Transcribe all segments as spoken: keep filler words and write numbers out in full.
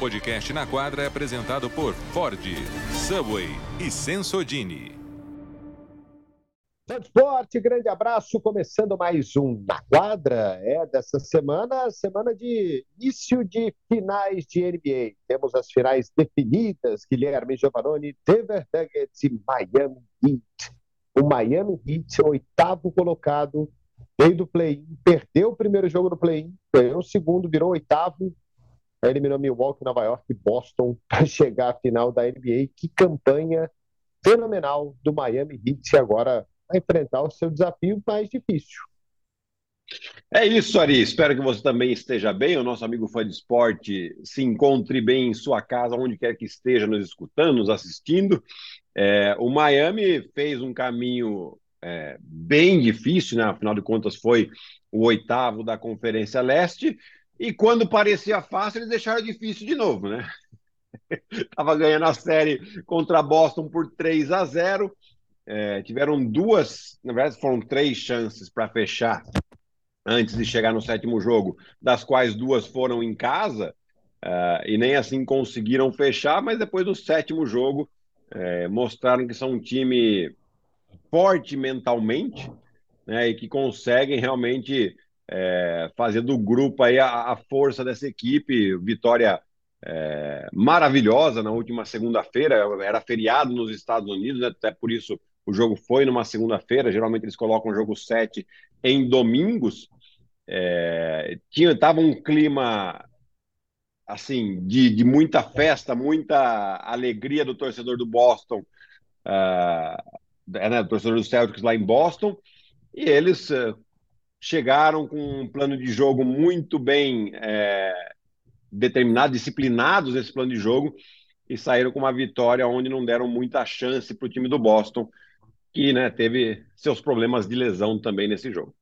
podcast Na Quadra é apresentado por Ford, Subway e Sensodini. Esporte, grande abraço, começando mais um Na Quadra, é dessa semana, semana de início de finais de N B A. Temos as finais definidas, Guilherme Giovannone, Denver Nuggets e Miami Heat. O Miami Heat, oitavo colocado, veio do play-in, perdeu o primeiro jogo no play-in, ganhou o segundo, virou oitavo, eliminou Milwaukee, Nova York e Boston para chegar à final da N B A. Que campanha fenomenal do Miami Heat, e agora vai enfrentar o seu desafio mais difícil. É isso, Ari. Espero que você também esteja bem. O nosso amigo fã de esporte se encontre bem em sua casa, onde quer que esteja nos escutando, nos assistindo. É, o Miami fez um caminho é, bem difícil, né? Afinal de contas, foi o oitavo da Conferência Leste. E quando parecia fácil, eles deixaram difícil de novo, né? Estava ganhando a série contra Boston por três a zero. É, tiveram duas, na verdade foram três chances para fechar antes de chegar no sétimo jogo, das quais duas foram em casa, uh, e nem assim conseguiram fechar, mas depois do sétimo jogo é, mostraram que são um time forte mentalmente, né, e que conseguem realmente é, fazer do grupo aí a, a força dessa equipe. Vitória é, maravilhosa na última segunda-feira, era feriado nos Estados Unidos, né, até por isso o jogo foi numa segunda-feira. Geralmente eles colocam o jogo sete em domingos. É, tinha, tava um clima assim de, de muita festa, muita alegria do torcedor do Boston, uh, né, do torcedor do Celtics lá em Boston, e eles uh, chegaram com um plano de jogo muito bem é, determinado, disciplinados nesse plano de jogo, e saíram com uma vitória onde não deram muita chance para o time do Boston, que, né, teve seus problemas de lesão também nesse jogo.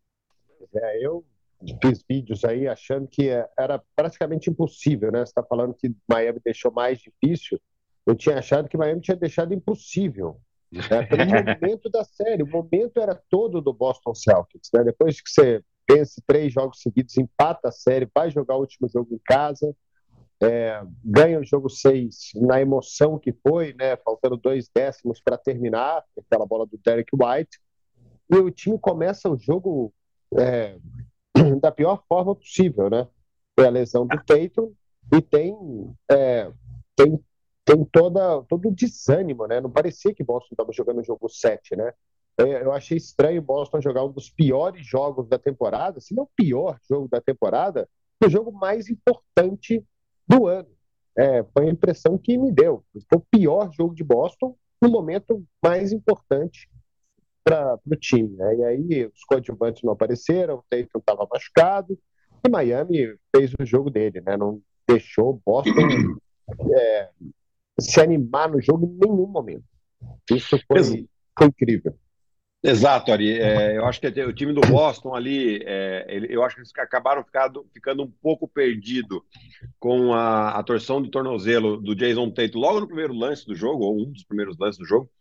É, eu fiz vídeos aí achando que era praticamente impossível, né? Você está falando que Miami deixou mais difícil. Eu tinha achado que Miami tinha deixado impossível. Né? Pelo momento da série, o momento era todo do Boston Celtics. Né? Depois que você vence três jogos seguidos, empata a série, vai jogar o último jogo em casa, é, ganha o jogo seis na emoção que foi, né? Faltando dois décimos para terminar, aquela bola do Derek White, e o time começa o jogo é, da pior forma possível, né? Foi a lesão do Tatum e tem, é, tem, tem toda, todo o desânimo, né? Não parecia que Boston estava jogando o jogo sete, né? Eu achei estranho Boston jogar um dos piores jogos da temporada, se não o pior jogo da temporada, o jogo mais importante do ano. É, foi a impressão que me deu. Foi o pior jogo de Boston no momento mais importante para o time. Né? E aí os coadjuvantes não apareceram, o Tatum estava machucado, e Miami fez o jogo dele, né? Não deixou o Boston é, se animar no jogo em nenhum momento. Isso foi, foi incrível. Exato, Ari. É, eu acho que o time do Boston ali, é, ele, eu acho que eles acabaram ficado, ficando um pouco perdido com a, a torção de tornozelo do Jason Tatum logo no primeiro lance do jogo, ou um dos primeiros lances do jogo.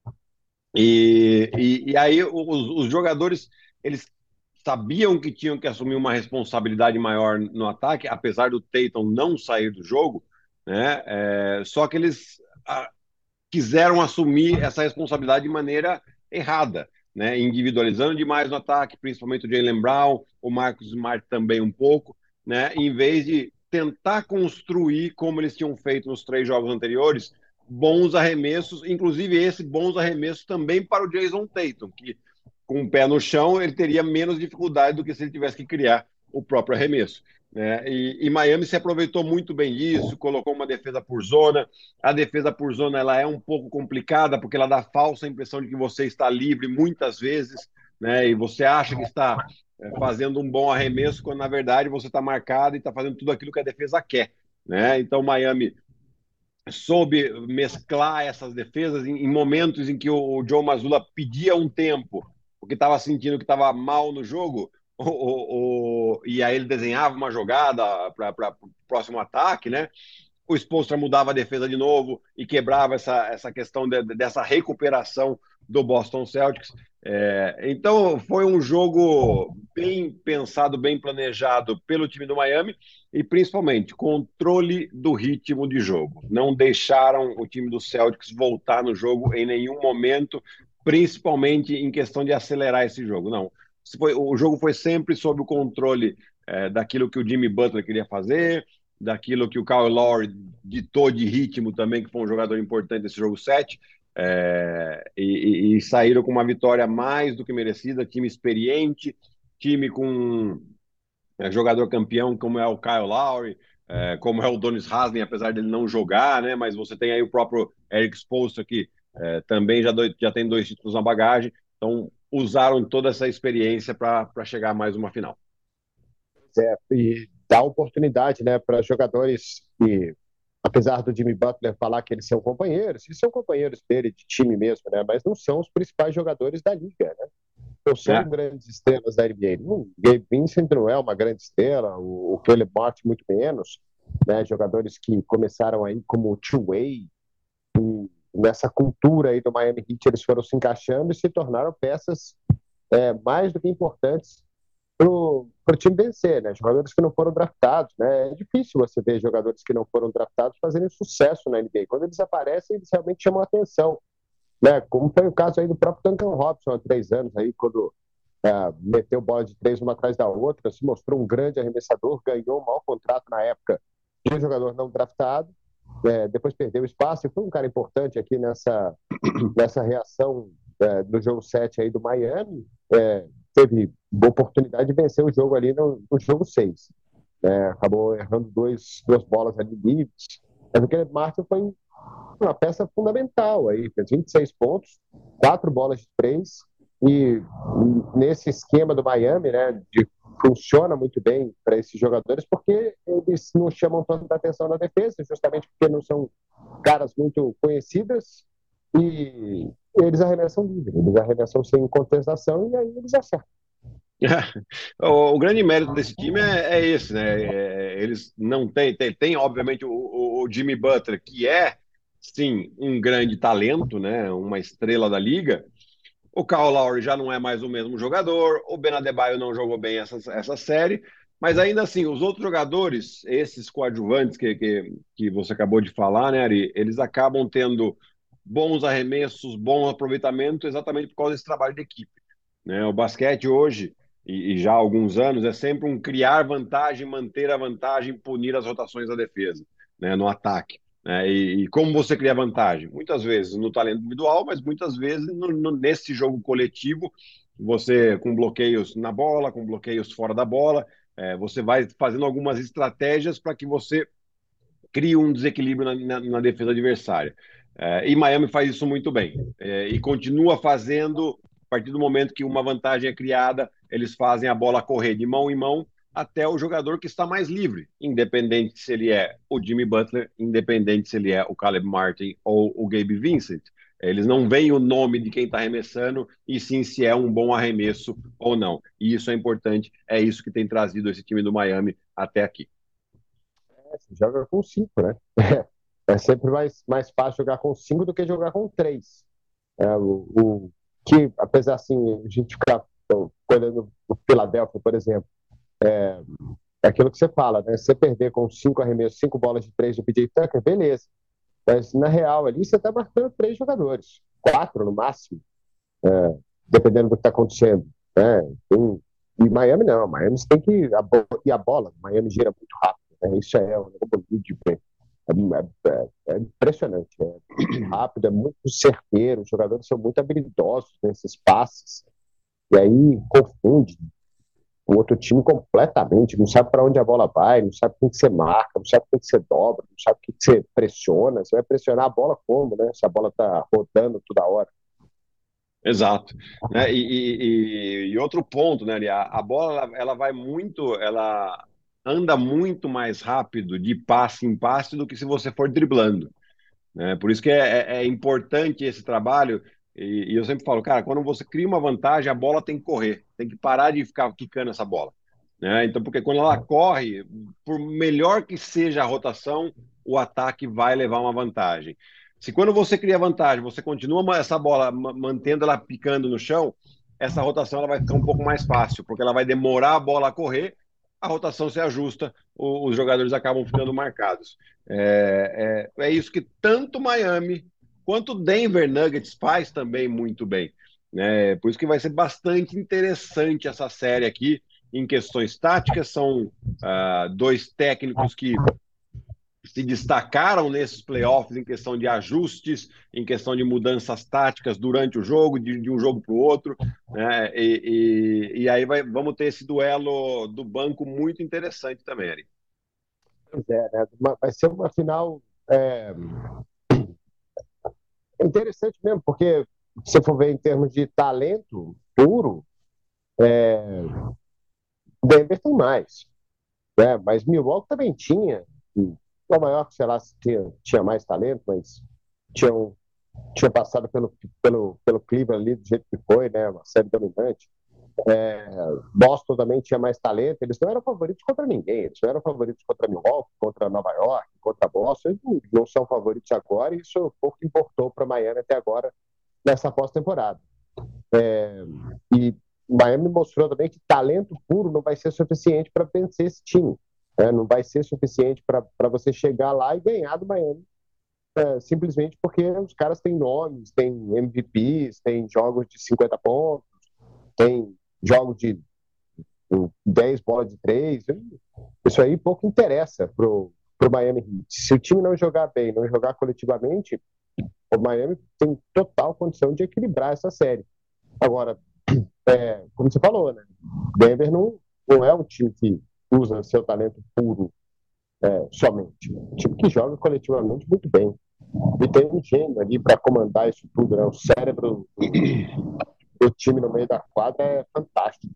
E, e, e aí os, os jogadores, eles sabiam que tinham que assumir uma responsabilidade maior no ataque, apesar do Tatum não sair do jogo, né? É, só que eles a, quiseram assumir essa responsabilidade de maneira errada, né? Individualizando demais no ataque, principalmente o Jaylen Brown, o Marcus Smart também um pouco, né? Em vez de tentar construir, como eles tinham feito nos três jogos anteriores, bons arremessos, inclusive esse bons arremessos também para o Jason Tatum, que com o pé no chão ele teria menos dificuldade do que se ele tivesse que criar o próprio arremesso. Né? E, e Miami se aproveitou muito bem disso, colocou uma defesa por zona. A defesa por zona ela é um pouco complicada, porque ela dá falsa impressão de que você está livre muitas vezes, né? E você acha que está é, fazendo um bom arremesso, quando na verdade você está marcado e está fazendo tudo aquilo que a defesa quer. Né? Então Miami soube mesclar essas defesas em, em momentos em que o, o Joe Mazzulla pedia um tempo, porque estava sentindo que estava mal no jogo, o, o, o, e aí ele desenhava uma jogada para o próximo ataque, né? O Spoelstra mudava a defesa de novo e quebrava essa, essa questão de, dessa recuperação do Boston Celtics. É, então foi um jogo bem pensado, bem planejado pelo time do Miami e, principalmente, controle do ritmo de jogo. Não deixaram o time do Celtics voltar no jogo em nenhum momento, principalmente em questão de acelerar esse jogo. Não. Foi, o jogo foi sempre sob o controle é, daquilo que o Jimmy Butler queria fazer, daquilo que o Kyle Lowry ditou de ritmo também, que foi um jogador importante nesse jogo sete. É, e, e saíram com uma vitória mais do que merecida, time experiente, time com é, jogador campeão como é o Kyle Lowry, é, como é o Donis Haslem, apesar dele não jogar, né? Mas você tem aí o próprio Eric Spoelstra que é, também já, do, já tem dois títulos na bagagem, então usaram toda essa experiência para chegar a mais uma final. É, e dá oportunidade, né, para jogadores que, apesar do Jimmy Butler falar que eles são companheiros, eles são companheiros dele de time mesmo, né, mas não são os principais jogadores da liga, né? Não são É. grandes estrelas da N B A. O Gabe Vincent não é uma grande estrela, o, o Caleb Martin muito menos, né, jogadores que começaram aí como two-way, e nessa cultura aí do Miami Heat eles foram se encaixando e se tornaram peças é, mais do que importantes para o time vencer, né? Jogadores que não foram draftados, né? É difícil você ver jogadores que não foram draftados fazerem sucesso na N B A. Quando eles aparecem, eles realmente chamam a atenção, né? Como foi o caso aí do próprio Duncan Robinson há três anos, aí, quando é, meteu bola de três uma atrás da outra, se mostrou um grande arremessador, ganhou um mau contrato na época de um jogador não draftado, é, depois perdeu espaço e foi um cara importante aqui nessa, nessa reação é, do jogo sete aí do Miami. É, teve oportunidade de vencer o jogo ali no, no jogo seis. É, acabou errando dois, duas bolas ali livres. Mas o Caleb Martin foi uma peça fundamental aí, fez vinte e seis pontos, quatro bolas de três, e nesse esquema do Miami, né, de, funciona muito bem para esses jogadores, porque eles não chamam tanta atenção na defesa, justamente porque não são caras muito conhecidas, e eles arremessam livre, eles arremessam sem contestação, e aí eles acertam. O, o grande mérito desse time é, é esse, né? É, eles não têm, tem, tem obviamente o, o, o Jimmy Butler, que é sim um grande talento, né? Uma estrela da liga. O Kyle Lowry já não é mais o mesmo jogador, o Ben Adebayo não jogou bem essa, essa série, mas ainda assim, os outros jogadores, esses coadjuvantes que, que, que você acabou de falar, né, Ari, eles acabam tendo bons arremessos, bom aproveitamento, exatamente por causa desse trabalho de equipe, né? O basquete hoje, e, e já há alguns anos, é sempre um criar vantagem, manter a vantagem, punir as rotações da defesa, né, no ataque. É, e, e como você cria vantagem? Muitas vezes no talento individual, mas muitas vezes no, no, nesse jogo coletivo, você com bloqueios na bola, com bloqueios fora da bola, é, você vai fazendo algumas estratégias para que você crie um desequilíbrio na, na, na defesa adversária. É, e Miami faz isso muito bem. É, e continua fazendo, a partir do momento que uma vantagem é criada, eles fazem a bola correr de mão em mão até o jogador que está mais livre, independente se ele é o Jimmy Butler, independente se ele é o Caleb Martin ou o Gabe Vincent. Eles não veem o nome de quem está arremessando, e sim se é um bom arremesso ou não. E isso é importante, é isso que tem trazido esse time do Miami até aqui. É, você joga com cinco, né? É sempre mais, mais fácil jogar com cinco do que jogar com três. É, o, o que, apesar assim, a gente ficar olhando o Philadelphia, por exemplo, é, é aquilo que você fala, né? Você perder com cinco arremessos, cinco bolas de três do P J Tucker, beleza. Mas na real ali você está marcando três jogadores, quatro no máximo, é, dependendo do que está acontecendo. Né? Tem, e Miami não, Miami você tem que. A, e a bola, Miami gira muito rápido. Né? Isso é um é, é, é, é impressionante. É muito rápido, é muito certeiro, os jogadores são muito habilidosos nesses passes. E aí confunde o outro time completamente, não sabe para onde a bola vai, não sabe quem que você marca, não sabe quem que você dobra, não sabe o que você pressiona. Você vai pressionar a bola como, né? Se a bola está rodando toda hora. Exato. Né? E, e, e, outro ponto, né, a, a bola ela, ela vai muito, ela anda muito mais rápido de passe em passe do que se você for driblando. Né? Por isso que é, é, é importante esse trabalho. E, e eu sempre falo, cara, quando você cria uma vantagem, a bola tem que correr, tem que parar de ficar quicando essa bola. Né? Então, porque quando ela corre, por melhor que seja a rotação, o ataque vai levar uma vantagem. Se quando você cria vantagem, você continua essa bola mantendo ela picando no chão, essa rotação ela vai ficar um pouco mais fácil, porque ela vai demorar a bola a correr, a rotação se ajusta, o, os jogadores acabam ficando marcados. É, é, é isso que tanto Miami quanto Denver Nuggets faz também muito bem. Né? Por isso que vai ser bastante interessante essa série aqui em questões táticas. São ah, dois técnicos que se destacaram nesses playoffs em questão de ajustes, em questão de mudanças táticas durante o jogo, de, de um jogo para o outro, né? E, e, e aí vai, vamos ter esse duelo do banco muito interessante também, Eric. Pois é, né? Vai ser uma final é, interessante mesmo, porque se você for ver em termos de talento puro, é, Denver tem mais, né? Mas Milwaukee também tinha. Nova York, sei lá, se tinha, tinha mais talento, mas tinham, tinham passado pelo, pelo, pelo Cleveland ali do jeito que foi, né? Uma série dominante. É, Boston também tinha mais talento. Eles não eram favoritos contra ninguém. Eles não eram favoritos contra Milwaukee, contra Nova York, contra Boston. Eles não, não são favoritos agora. E isso pouco importou para Miami até agora nessa pós-temporada. É, e Miami mostrou também que talento puro não vai ser suficiente para vencer esse time. É, não vai ser suficiente para você chegar lá e ganhar do Miami. É, simplesmente porque os caras têm nomes, têm M V Ps, têm jogos de cinquenta pontos, tem jogos de dez bolas de três. Isso aí pouco interessa pro, pro Miami Heat. Se o time não jogar bem, não jogar coletivamente, o Miami tem total condição de equilibrar essa série. Agora, é, como você falou, né? Denver não, não é um time que usa seu talento puro é, somente. É um time que joga coletivamente muito bem. E tem um gênio ali para comandar isso tudo, né? O cérebro do time no meio da quadra é fantástico.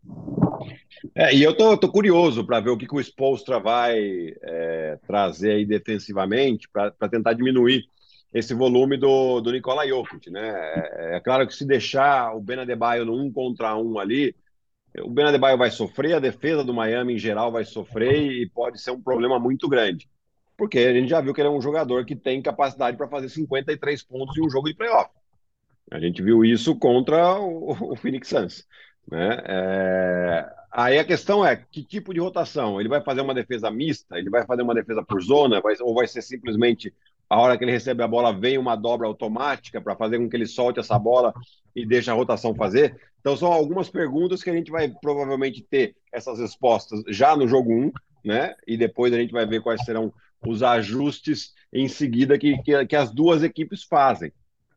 É, e eu tô, tô curioso para ver o que, que o Spoelstra vai é, trazer aí defensivamente para tentar diminuir esse volume do, do Nikola Jokic, né? É, é claro que se deixar o Ben Adebayo no um contra um ali, o Ben Adebayo vai sofrer, a defesa do Miami em geral vai sofrer e pode ser um problema muito grande. Porque a gente já viu que ele é um jogador que tem capacidade para fazer cinquenta e três pontos em um jogo de playoff. A gente viu isso contra o, o Phoenix Suns, né? É... Aí a questão é, que tipo de rotação? Ele vai fazer uma defesa mista? Ele vai fazer uma defesa por zona? Vai, ou vai ser simplesmente, a hora que ele recebe a bola, vem uma dobra automática para fazer com que ele solte essa bola e deixe a rotação fazer? Então são algumas perguntas que a gente vai provavelmente ter essas respostas já no jogo um, né? E depois a gente vai ver quais serão os ajustes em seguida que, que, que as duas equipes fazem.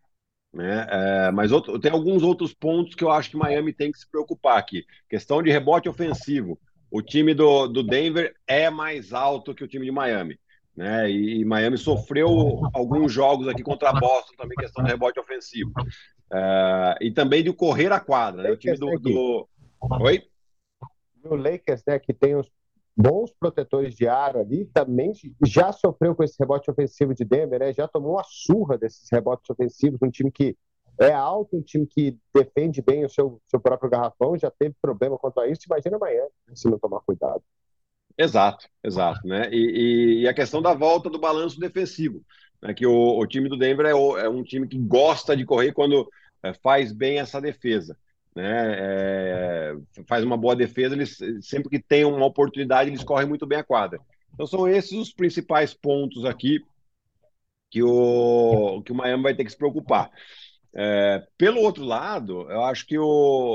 Né? É, mas outro, tem alguns outros pontos que eu acho que Miami tem que se preocupar aqui. Questão de rebote ofensivo. O time do, do Denver é mais alto que o time de Miami. Né? E, e Miami sofreu alguns jogos aqui contra a Boston também, questão do rebote ofensivo. É, e também de correr a quadra. Né? O time do, do... Oi? O Lakers, né, que tem os bons protetores de aro ali, também já sofreu com esse rebote ofensivo de Denver, né? Já tomou uma surra desses rebotes ofensivos, um time que é alto, um time que defende bem o seu, seu próprio garrafão, já teve problema quanto a isso. Imagina amanhã, se não tomar cuidado. Exato, exato, né? E, e, e a questão da volta do balanço defensivo, né? Que o, o time do Denver é, o, é, um time que gosta de correr quando é, faz bem essa defesa, né? É, faz uma boa defesa, eles sempre que tem uma oportunidade eles correm muito bem a quadra. Então são esses os principais pontos aqui que o que o Miami vai ter que se preocupar. É, pelo outro lado, eu acho que o,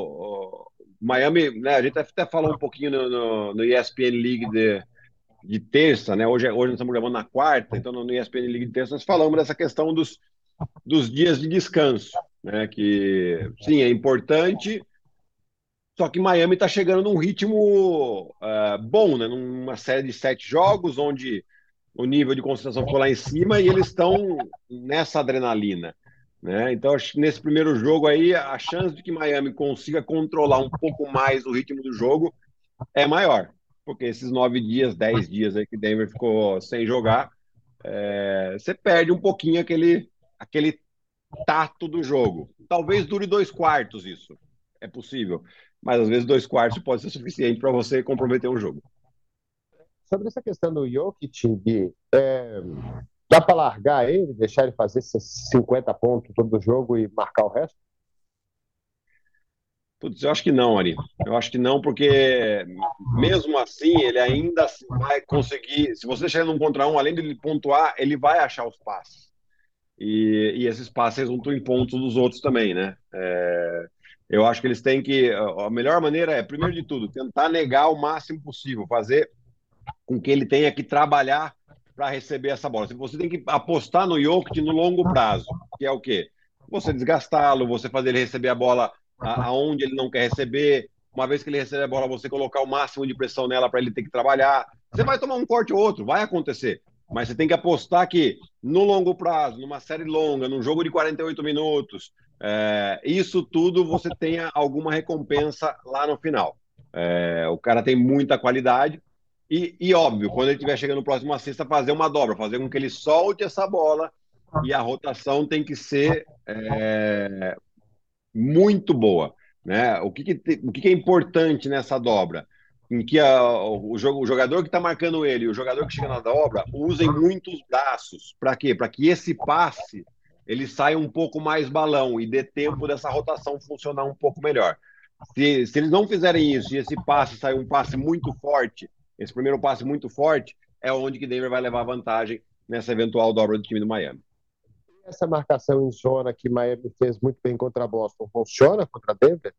o Miami, né? A gente até falou um pouquinho no, no, no E S P N League de de terça, né? Hoje, hoje nós estamos gravando na quarta, então no E S P N League de terça nós falamos dessa questão dos, dos dias de descanso, né? Que sim, é importante, só que Miami está chegando num ritmo uh, bom, né? Numa série de sete jogos, onde o nível de concentração ficou lá em cima e eles estão nessa adrenalina. Né? Então, acho que nesse primeiro jogo aí, a chance de que Miami consiga controlar um pouco mais o ritmo do jogo é maior, porque esses nove dias, dez dias aí que Denver ficou sem jogar, é, você perde um pouquinho aquele, aquele tato do jogo. Talvez dure dois quartos isso, é possível, mas às vezes dois quartos pode ser suficiente para você comprometer um jogo. Sobre essa questão do Jokic, de, é, dá para largar ele, deixar ele fazer esses cinquenta pontos todo jogo e marcar o resto? Putz, eu acho que não, Ari. Eu acho que não, porque mesmo assim ele ainda assim vai conseguir. Se você chegar num contra um, além de ele pontuar, ele vai achar os passes. E, e esses passes resultam em pontos dos outros também, né? É, eu acho que eles têm que. A melhor maneira é, primeiro de tudo, tentar negar o máximo possível, fazer com que ele tenha que trabalhar para receber essa bola. Você tem que apostar no Jokic no longo prazo, que é o quê? Você desgastá-lo, você fazer ele receber a bola aonde ele não quer receber. Uma vez que ele recebe a bola, você colocar o máximo de pressão nela para ele ter que trabalhar. Você vai tomar um corte ou outro, vai acontecer. Mas você tem que apostar que no longo prazo, numa série longa, num jogo de quarenta e oito minutos, é, isso tudo você tenha alguma recompensa lá no final. É, o cara tem muita qualidade, e, e, óbvio, quando ele estiver chegando no próximo cesta, fazer uma dobra, fazer com que ele solte essa bola, e a rotação tem que ser é, muito boa. Né? O, que, que, te, o que, que é importante nessa dobra? Em que a, o, o jogador que está marcando ele e o jogador que chega na dobra usem muitos braços. Para quê? Para que esse passe ele saia um pouco mais balão e dê tempo dessa rotação funcionar um pouco melhor. Se, se eles não fizerem isso e esse passe sair um passe muito forte, esse primeiro passe muito forte, é onde que Denver vai levar vantagem nessa eventual dobra do time do Miami. Essa marcação em zona que Miami fez muito bem contra a Boston, funciona contra Denver?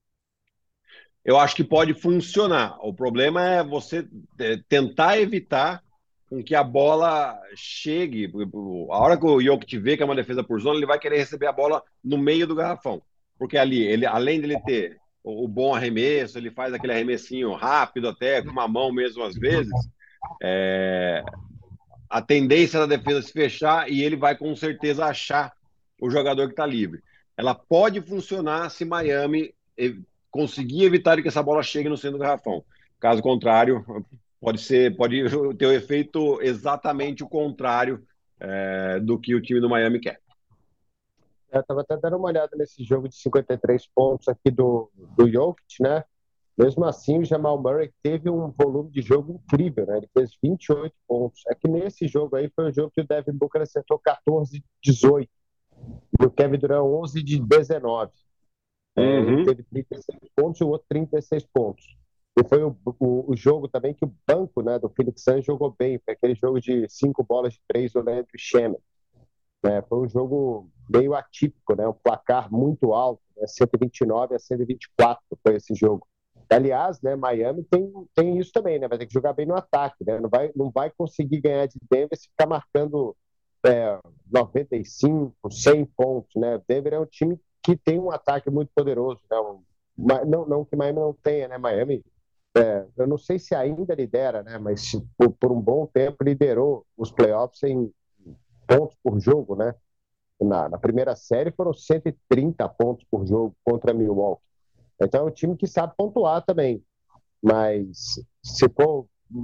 Eu acho que pode funcionar. O problema é você tentar evitar com que a bola chegue. A hora que o Jokic vê que é uma defesa por zona, ele vai querer receber a bola no meio do garrafão. Porque ali, ele, além dele ter o, o bom arremesso, ele faz aquele arremessinho rápido até, com uma mão mesmo às vezes, é, a tendência da defesa é se fechar e ele vai com certeza achar o jogador que está livre. Ela pode funcionar se Miami conseguir evitar que essa bola chegue no centro do garrafão. Caso contrário, pode ser, pode ter o efeito exatamente o contrário é, do que o time do Miami quer. Eu estava até dando uma olhada nesse jogo de cinquenta e três pontos aqui do, do Jokic, né? Mesmo assim, o Jamal Murray teve um volume de jogo incrível, né? Ele fez vinte e oito pontos. É que nesse jogo aí foi o jogo que o Devin Booker acertou quatorze de dezoito e o Kevin Durant onze de dezenove. É, uhum. Ele teve trinta e seis pontos e o outro trinta e seis pontos. E foi o, o, o jogo também que o banco, né, do Phoenix Suns jogou bem. Foi aquele jogo de cinco bolas de três do Landry Shamet. É, foi um jogo meio atípico, né? Um placar muito alto, né? cento e vinte e nove a cento e vinte e quatro foi esse jogo. Aliás, né, Miami tem, tem isso também, né? Vai ter que jogar bem no ataque, né? Não vai, não vai conseguir ganhar de Denver se ficar marcando é, noventa e cinco, cem pontos, né? Denver é um time que tem um ataque muito poderoso, né? Um, não, não que Miami não tenha, né? Miami, é, eu não sei se ainda lidera, né? Mas por, por um bom tempo liderou os playoffs em pontos por jogo, né? Na, na primeira série foram cento e trinta pontos por jogo contra Milwaukee. Então é um time que sabe pontuar também. Mas se for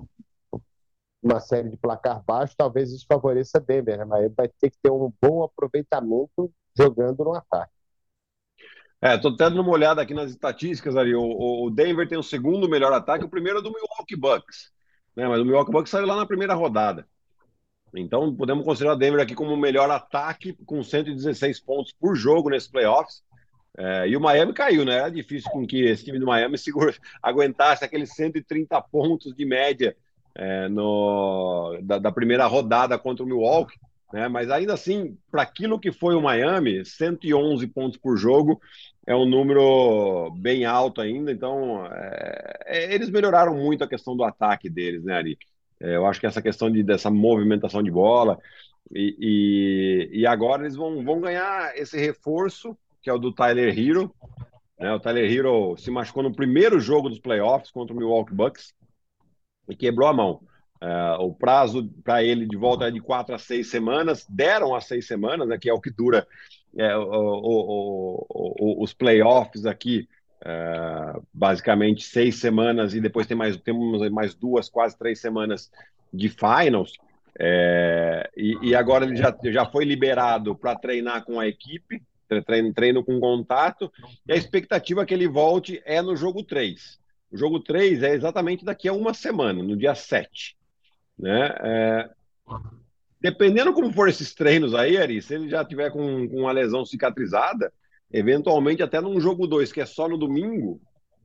uma série de placar baixo, talvez isso favoreça Denver, né? Mas vai ter que ter um bom aproveitamento jogando no ataque. É, tô até dando uma olhada aqui nas estatísticas, Ari. O, o Denver tem o segundo melhor ataque, o primeiro é do Milwaukee Bucks, né? Mas o Milwaukee Bucks saiu lá na primeira rodada. Então, podemos considerar o Denver aqui como o melhor ataque, com cento e dezesseis pontos por jogo nesses playoffs. É, e o Miami caiu, né? Era difícil com que esse time do Miami segura, aguentasse aqueles cento e trinta pontos de média é, no, da, da primeira rodada contra o Milwaukee. Né? Mas ainda assim, para aquilo que foi o Miami, cento e onze pontos por jogo é um número bem alto ainda. Então, é, eles melhoraram muito a questão do ataque deles, né, Ari? É, eu acho que essa questão de, dessa movimentação de bola e, e, e agora eles vão, vão ganhar esse reforço que é o do Tyler Hero, né? O Tyler Hero se machucou no primeiro jogo dos playoffs contra o Milwaukee Bucks e quebrou a mão. É, o prazo para ele de volta é de quatro a seis semanas, deram as seis semanas, né, que é o que dura é, o, o, o, os playoffs aqui, é, basicamente seis semanas e depois tem mais, temos mais duas, quase três semanas de finals. É, e, e agora ele já, já foi liberado para treinar com a equipe, treino, treino com contato, e a expectativa é que ele volte é no jogo três. O jogo três é exatamente daqui a uma semana, no dia sete. Né? É, dependendo como for esses treinos aí, Ari, se ele já tiver com, com uma lesão cicatrizada, eventualmente até num jogo dois, que é só no domingo,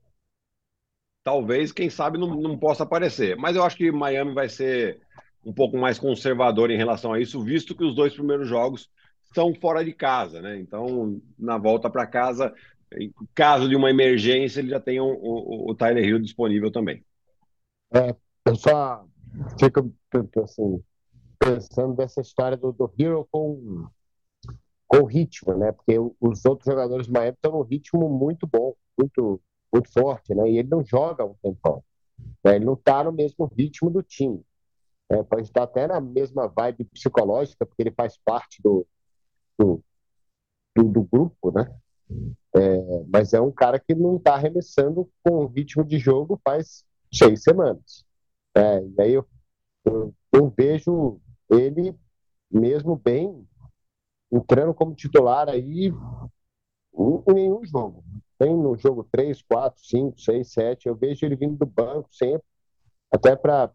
talvez, quem sabe, não, não possa aparecer. Mas eu acho que Miami vai ser um pouco mais conservador em relação a isso, visto que os dois primeiros jogos são fora de casa, né? Então, na volta para casa, em caso de uma emergência, ele já tem o, o, o Tyler Hill disponível também. É, eu só fico assim, pensando dessa história do, do Hero com, com o ritmo, né? Porque os outros jogadores do Miami estão num ritmo muito bom, muito, muito forte, né? E ele não joga há um tempão, né? Ele não está no mesmo ritmo do time. Né? Pode estar até na mesma vibe psicológica, porque ele faz parte do, do, do, do grupo, né? É, mas é um cara que não está arremessando com o ritmo de jogo faz seis semanas. É, e aí eu, eu, eu vejo ele mesmo bem entrando como titular aí em nenhum jogo. Tem no jogo três, quatro, cinco, seis, sete. Eu vejo ele vindo do banco sempre, até para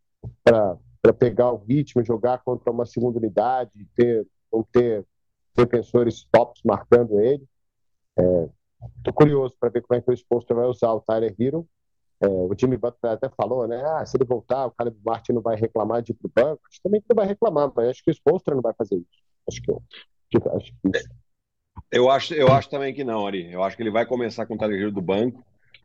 pegar o ritmo, jogar contra uma segunda unidade, ter, ou ter defensores tops marcando ele. Estou curioso para ver como é que o Spolstra vai usar o Tyler Hero. É, o Jimmy Butler até falou, né? Ah, se ele voltar, o Caleb Martin não vai reclamar de ir para o banco. Acho também que não vai reclamar, mas acho que o Spolstra não vai fazer isso. Acho que, que, acho que isso. Eu acho, eu acho também que não, Ari. Eu acho que ele vai começar com o Tyler Hill do banco.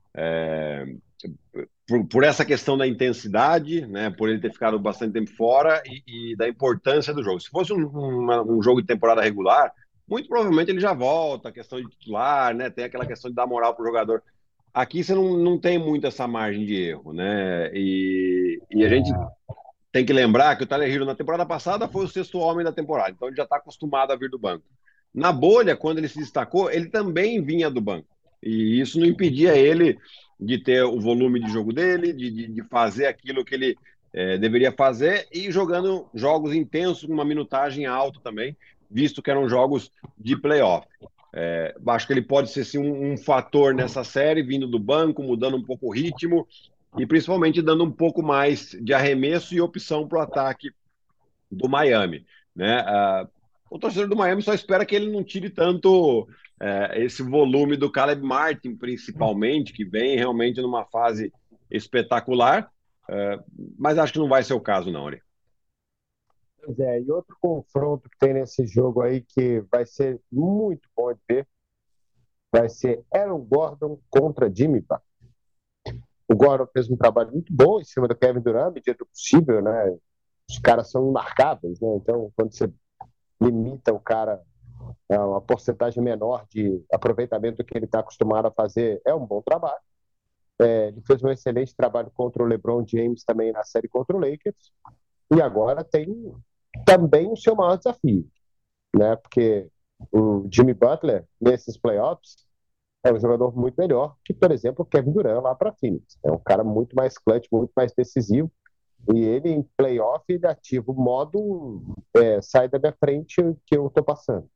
É, por, por, essa questão da intensidade, né, por ele ter ficado bastante tempo fora e, e da importância do jogo. Se fosse um, uma, um jogo de temporada regular, muito provavelmente ele já volta, a questão de titular, né, tem aquela questão de dar moral para o jogador. Aqui você não, não tem muito essa margem de erro, né? E, e a gente tem que lembrar que o Tyler Hero na temporada passada foi o sexto homem da temporada, então ele já está acostumado a vir do banco. Na bolha, quando ele se destacou, ele também vinha do banco. E isso não impedia ele de ter o volume de jogo dele, de, de, de fazer aquilo que ele é, deveria fazer e jogando jogos intensos, com uma minutagem alta também, visto que eram jogos de playoff. É, acho que ele pode ser sim, um, um fator nessa série, vindo do banco, mudando um pouco o ritmo e principalmente dando um pouco mais de arremesso e opção para o ataque do Miami, né? Uh, o torcedor do Miami só espera que ele não tire tanto uh, esse volume do Caleb Martin, principalmente, que vem realmente numa fase espetacular, uh, mas acho que não vai ser o caso, não, Ari. Pois é, e outro confronto que tem nesse jogo aí que vai ser muito bom de ver vai ser Aaron Gordon contra Jimmy Butler. O Gordon fez um trabalho muito bom em cima do Kevin Durant, à medida do possível, né? Os caras são imarcáveis, né? Então, quando você limita o cara a uma porcentagem menor de aproveitamento do que ele está acostumado a fazer, é um bom trabalho. É, ele fez um excelente trabalho contra o LeBron James também na série contra o Lakers. E agora tem também o seu maior desafio, né? Porque o Jimmy Butler, nesses playoffs, é um jogador muito melhor que, por exemplo, o Kevin Durant lá para Phoenix. É um cara muito mais clutch, muito mais decisivo. E ele, em playoff, ele ativa o modo é, sai da minha frente que eu tô passando.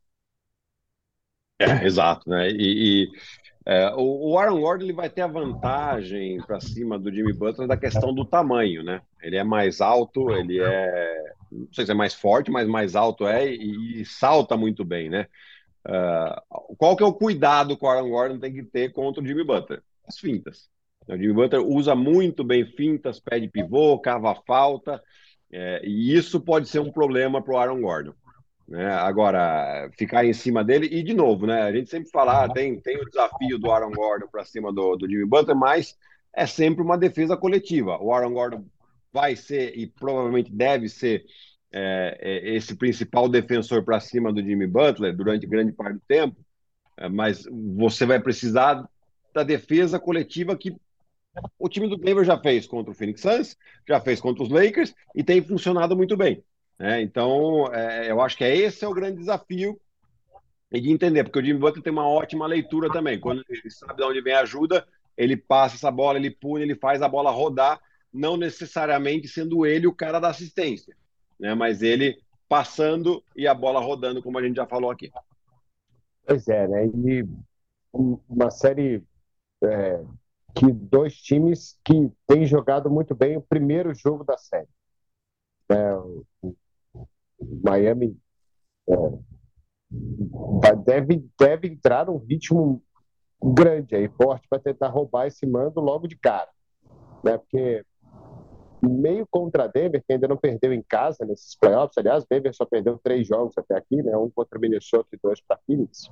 É, exato, né? E, e é, o, o Aaron Gordon ele vai ter a vantagem para cima do Jimmy Butler da questão do tamanho, né? Ele é mais alto, ele é, não sei se é mais forte, mas mais alto é e, e salta muito bem, né? Uh, qual que é o cuidado que o Aaron Gordon tem que ter contra o Jimmy Butler? As fintas. O Jimmy Butler usa muito bem fintas, pede pivô, cava falta, é, e isso pode ser um problema para o Aaron Gordon. Né? Agora, ficar em cima dele, e de novo, né? A gente sempre fala, ah, tem, tem o desafio do Aaron Gordon para cima do, do Jimmy Butler, mas é sempre uma defesa coletiva. O Aaron Gordon vai ser, e provavelmente deve ser, é, é, esse principal defensor para cima do Jimmy Butler durante grande parte do tempo, é, mas você vai precisar da defesa coletiva que o time do Denver já fez contra o Phoenix Suns, já fez contra os Lakers e tem funcionado muito bem. Né? Então, é, eu acho que é esse é o grande desafio e de entender, porque o Jimmy Butler tem uma ótima leitura também. Quando ele sabe de onde vem a ajuda, ele passa essa bola, ele pune, ele faz a bola rodar, não necessariamente sendo ele o cara da assistência, né? Mas ele passando e a bola rodando, como a gente já falou aqui. Pois é, né? E uma série é, que dois times que têm jogado muito bem o primeiro jogo da série. É, o Miami é, vai- deve, deve entrar num ritmo grande aí, forte, para tentar roubar esse mando logo de cara, né? Porque meio contra Denver, que ainda não perdeu em casa nesses playoffs. Aliás, Denver só perdeu três jogos até aqui, né? Um contra Minnesota e dois para Phoenix.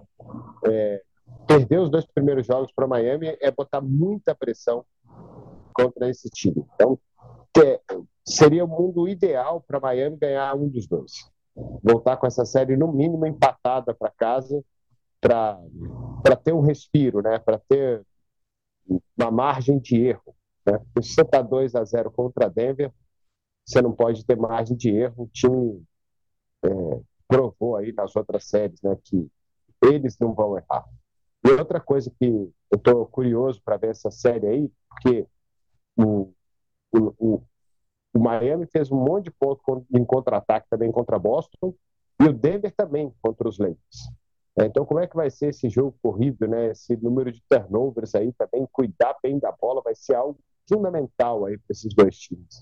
Perder os dois primeiros jogos para Miami é botar muita pressão contra esse time. Então, é, seria o mundo ideal para Miami ganhar um dos dois. Voltar com essa série, no mínimo, empatada para casa, para ter um respiro, né? Para ter uma margem de erro. Né? Se você está dois a zero contra Denver, você não pode ter margem de erro. O time é, provou aí nas outras séries, né, que eles não vão errar. E outra coisa que eu estou curioso para ver essa série aí, porque o, o, o, o Miami fez um monte de pontos em contra-ataque também contra Boston, e o Denver também contra os Lakers. Então, como é que vai ser esse jogo corrido, né? Esse número de turnovers aí também, cuidar bem da bola, vai ser algo fundamental aí para esses dois times.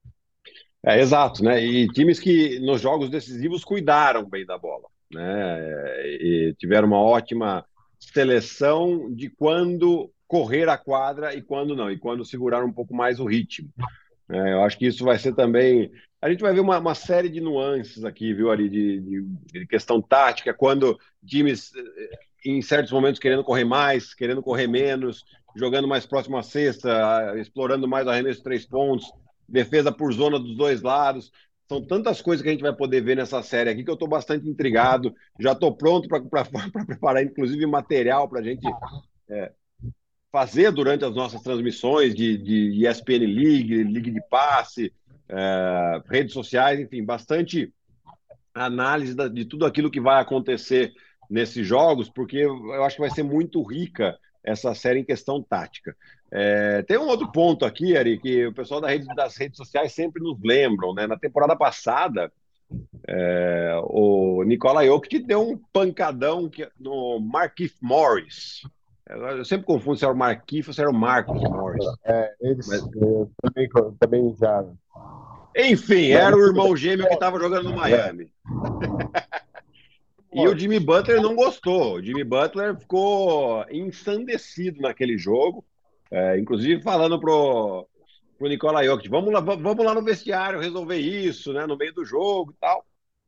É, exato, né? E times que nos jogos decisivos cuidaram bem da bola, né? E tiveram uma ótima seleção de quando correr a quadra e quando não, e quando segurar um pouco mais o ritmo. É, eu acho que isso vai ser também. A gente vai ver uma, uma série de nuances aqui, viu, Ari, de, de, de questão tática, quando times, eh, em certos momentos, querendo correr mais, querendo correr menos, jogando mais próximo à cesta, explorando mais o arremesso de três pontos, defesa por zona dos dois lados. São tantas coisas que a gente vai poder ver nessa série aqui que eu estou bastante intrigado. Já estou pronto para preparar, inclusive, material para a gente. É, fazer durante as nossas transmissões de, de E S P N League, Ligue de Passe, é, redes sociais, enfim, bastante análise da, de tudo aquilo que vai acontecer nesses jogos, porque eu acho que vai ser muito rica essa série em questão tática. É, tem um outro ponto aqui, Ari, que o pessoal da rede, das redes sociais sempre nos lembram, né? Na temporada passada, é, o Nikola Jokic deu um pancadão que, no Markieff Morris. Eu sempre confundo se era o Marquinhos ou se era o Marcos Morris. É, eles Mas, eu também, também já. enfim, era o irmão gêmeo que estava jogando no Miami. E o Jimmy Butler não gostou. O Jimmy Butler ficou ensandecido naquele jogo, é, inclusive falando pro, pro Nikola Jokic, vamos lá, vamos lá no vestiário resolver isso, né, no meio do jogo e tal.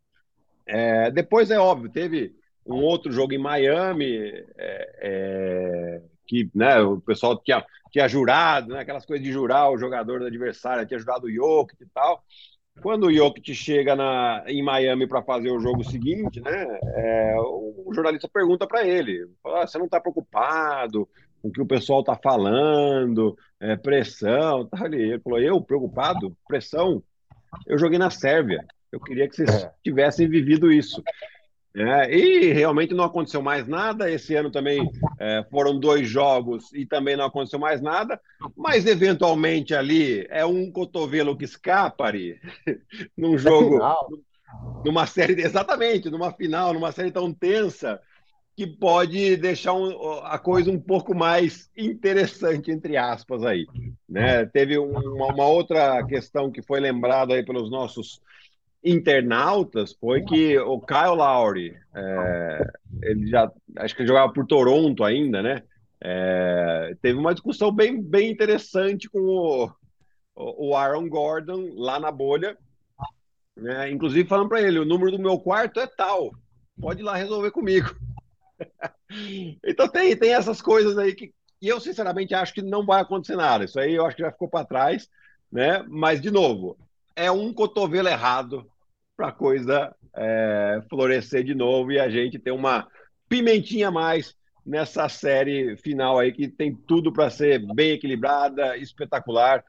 É, depois, é óbvio, teve um outro jogo em Miami, é, é, que, né, o pessoal tinha, tinha jurado, né, aquelas coisas de jurar o jogador do adversário, tinha jurado o Jokic e tal. Quando o Jokic chega na, em Miami para fazer o jogo seguinte, né, é, o, o jornalista pergunta para ele, fala, ah, você não está preocupado com o que o pessoal está falando, é, pressão, tá ali. Ele falou, eu preocupado? Pressão? Eu joguei na Sérvia. Eu queria que vocês É. tivessem vivido isso. É, e realmente não aconteceu mais nada. Esse ano também é, foram dois jogos e também não aconteceu mais nada. Mas eventualmente ali é um cotovelo que escapa ali, num É jogo, final. numa série, exatamente, numa final, numa série tão tensa, que pode deixar um, a coisa um pouco mais interessante, entre aspas, aí. Né? Teve uma, uma outra questão que foi lembrada aí pelos nossos internautas, foi que o Kyle Lowry, é, ele já, acho que ele jogava por Toronto ainda, né? É, teve uma discussão bem, bem interessante com o, o Aaron Gordon lá na bolha, né? Inclusive falando para ele, o número do meu quarto é tal, pode ir lá resolver comigo. Então tem, tem essas coisas aí que e eu sinceramente acho que não vai acontecer nada. Isso aí eu acho que já ficou para trás, né? Mas de novo, é um cotovelo errado para a coisa é, florescer de novo e a gente ter uma pimentinha a mais nessa série final aí que tem tudo para ser bem equilibrada, espetacular,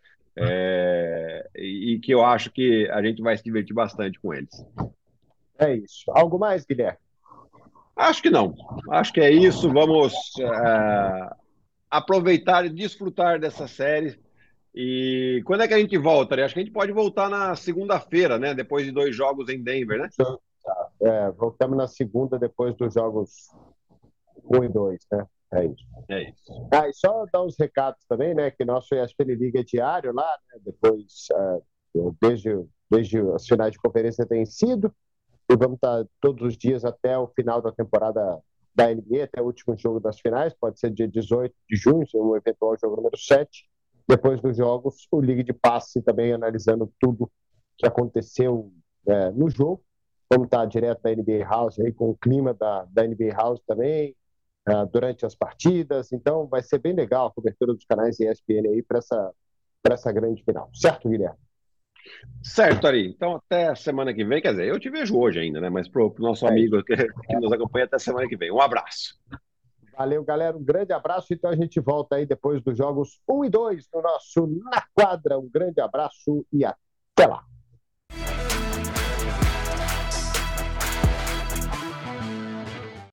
é, e, e que eu acho que a gente vai se divertir bastante com eles. É isso. Algo mais, Guilherme? Acho que não. Acho que é isso. Vamos é, aproveitar e desfrutar dessa série. E quando é que a gente volta, né? Acho que a gente pode voltar na segunda-feira, né? Depois de dois jogos em Denver, né? É, voltamos na segunda depois dos jogos um e dois, né? É isso. É isso. Ah, e só dar uns recados também, né? Que nosso E S P N Liga é diário lá, né? Depois, uh, desde, desde as finais de conferência tem sido. e vamos estar todos os dias até o final da temporada da N B A, até o último jogo das finais, pode ser dia dezoito de junho, um eventual jogo número sete. Depois dos jogos, o Liga de Passe também analisando tudo que aconteceu é, no jogo. Vamos estar direto da N B A House, aí, com o clima da, da N B A House também, uh, durante as partidas. Então, vai ser bem legal a cobertura dos canais E S P N aí para essa, para essa grande final. Certo, Guilherme? Certo, Ari. Então, até semana que vem. Quer dizer, eu te vejo hoje ainda, né? Mas pro, pro nosso É amigo que, que nos acompanha, até semana que vem. Um abraço. Valeu, galera. Um grande abraço. Então, a gente volta aí depois dos jogos um e dois no nosso Na Quadra. Um grande abraço e até lá.